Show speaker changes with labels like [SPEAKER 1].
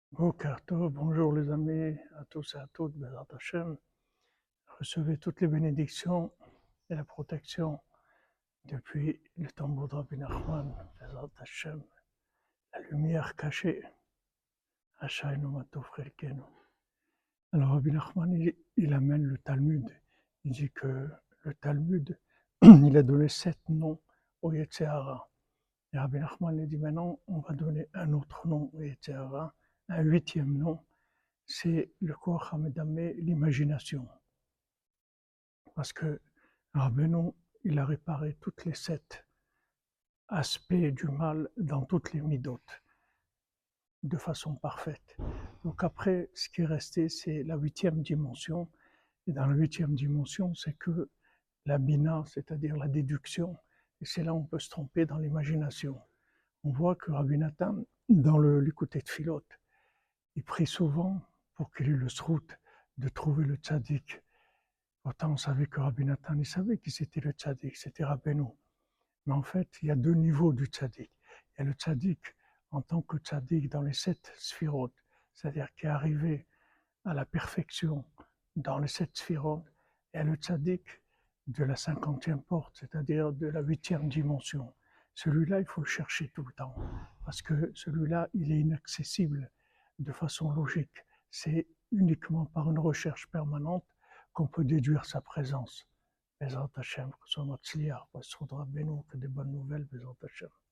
[SPEAKER 1] Boker Tov, bonjour les amis, à tous et à toutes, Bezrat Hashem. Recevez toutes les bénédictions et la protection depuis le tombeau de Rabbi Nachman, Bezrat Hashem. La lumière cachée, Hashaynu Matov Chelkenu. Alors Rabbi Nachman, il amène le Talmud. Il dit que le Talmud, il a donné 7 noms au Yetzer Hara. Et Rabbi Nachman il dit maintenant, on va donner un autre nom au Yetzer Hara, un 8e nom. C'est le Koach HaMedameh, l'imagination. Parce que Rabbeinu, il a réparé toutes les 7 aspects du mal dans toutes les midotes, de façon parfaite. Donc après, ce qui est resté, c'est la 8e dimension. Et dans la 8e dimension, c'est que la bina, c'est-à-dire la déduction. Et c'est là où on peut se tromper dans l'imagination. On voit que Rabbi Nathan, dans l'Écouté de Philote, il prie souvent pour qu'il ait le srout de trouver le tzaddik. Pourtant, on savait que Rabbi Nathan, il savait qui c'était le tzaddik, c'était Rabbeinu. Mais en fait, il y a 2 niveaux du tzaddik. Il y a le tzaddik en tant que tzaddik dans les 7 sphirotes, c'est-à-dire qui est arrivé à la perfection dans les 7 sphirotes, et le tzaddik de la 50e porte, c'est-à-dire de la 8e dimension. Celui-là, il faut le chercher tout le temps, parce que celui-là, il est inaccessible de façon logique. C'est uniquement par une recherche permanente qu'on peut déduire sa présence. Bezrat Hashem, que ce soit Matzliar, que ce soit Rabbeinu, que des bonnes nouvelles, Bezrat Hashem.